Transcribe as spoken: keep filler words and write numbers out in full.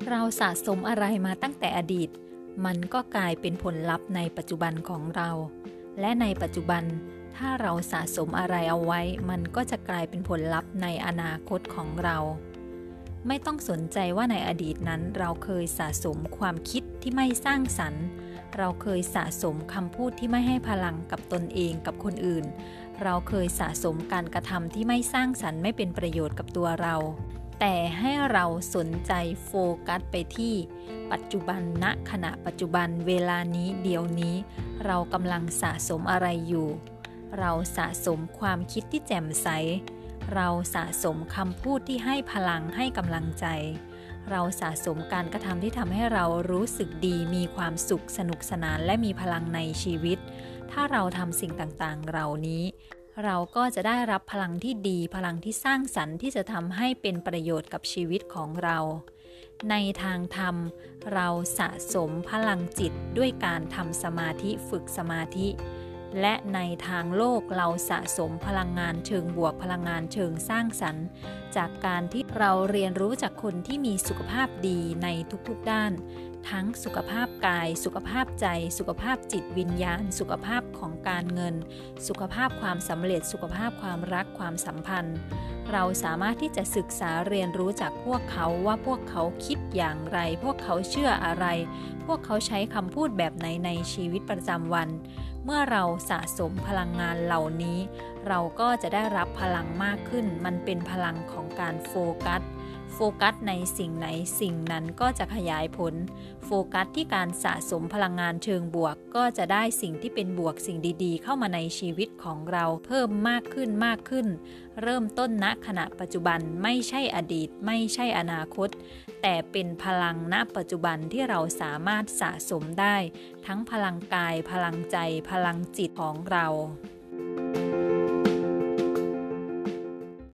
เราสะสมอะไรมาตั้งแต่อดีตมันก็กลายเป็นผลลัพธ์ในปัจจุบันของเราและในปัจจุบันถ้าเราสะสมอะไรเอาไว้มันก็จะกลายเป็นผลลัพธ์ในอนาคตของเราไม่ต้องสนใจว่าในอดีตนั้นเราเคยสะสมความคิดที่ไม่สร้างสรรค์เราเคยสะสมคำพูดที่ไม่ให้พลังกับตนเองกับคนอื่นเราเคยสะสมการกระทำที่ไม่สร้างสรรค์ไม่เป็นประโยชน์กับตัวเราแต่ให้เราสนใจโฟกัสไปที่ปัจจุบันณขณะปัจจุบันเวลานี้เดี๋ยวนี้เรากำลังสะสมอะไรอยู่เราสะสมความคิดที่แจ่มใสเราสะสมคำพูดที่ให้พลังให้กำลังใจเราสะสมการกระทำที่ทำให้เรารู้สึกดีมีความสุขสนุกสนานและมีพลังในชีวิตถ้าเราทำสิ่งต่างๆเหล่านี้เราก็จะได้รับพลังที่ดีพลังที่สร้างสรรค์ที่จะทำให้เป็นประโยชน์กับชีวิตของเราในทางธรรมเราสะสมพลังจิตด้วยการทำสมาธิฝึกสมาธิและในทางโลกเราสะสมพลังงานเชิงบวกพลังงานเชิงสร้างสรรค์จากการที่เราเรียนรู้จากคนที่มีสุขภาพดีในทุกๆด้านทั้งสุขภาพกายสุขภาพใจสุขภาพจิตวิญญาณสุขภาพของการเงินสุขภาพความสำเร็จสุขภาพความรักความสัมพันธ์เราสามารถที่จะศึกษาเรียนรู้จากพวกเขาว่าพวกเขาคิดอย่างไรพวกเขาเชื่ออะไรพวกเขาใช้คำพูดแบบไหนในชีวิตประจำวันเมื่อเราสะสมพลังงานเหล่านี้เราก็จะได้รับพลังมากขึ้นมันเป็นพลังของการโฟกัสโฟกัสในสิ่งไหนสิ่งนั้นก็จะขยายผลโฟกัสที่การสะสมพลังงานเชิงบวกก็จะได้สิ่งที่เป็นบวกสิ่งดีๆเข้ามาในชีวิตของเราเพิ่มมากขึ้นมากขึ้นเริ่มต้นณขณะปัจจุบันไม่ใช่อดีตไม่ใช่อนาคตแต่เป็นพลังณปัจจุบันที่เราสามารถสะสมได้ทั้งพลังกายพลังใจพลังจิตของเรา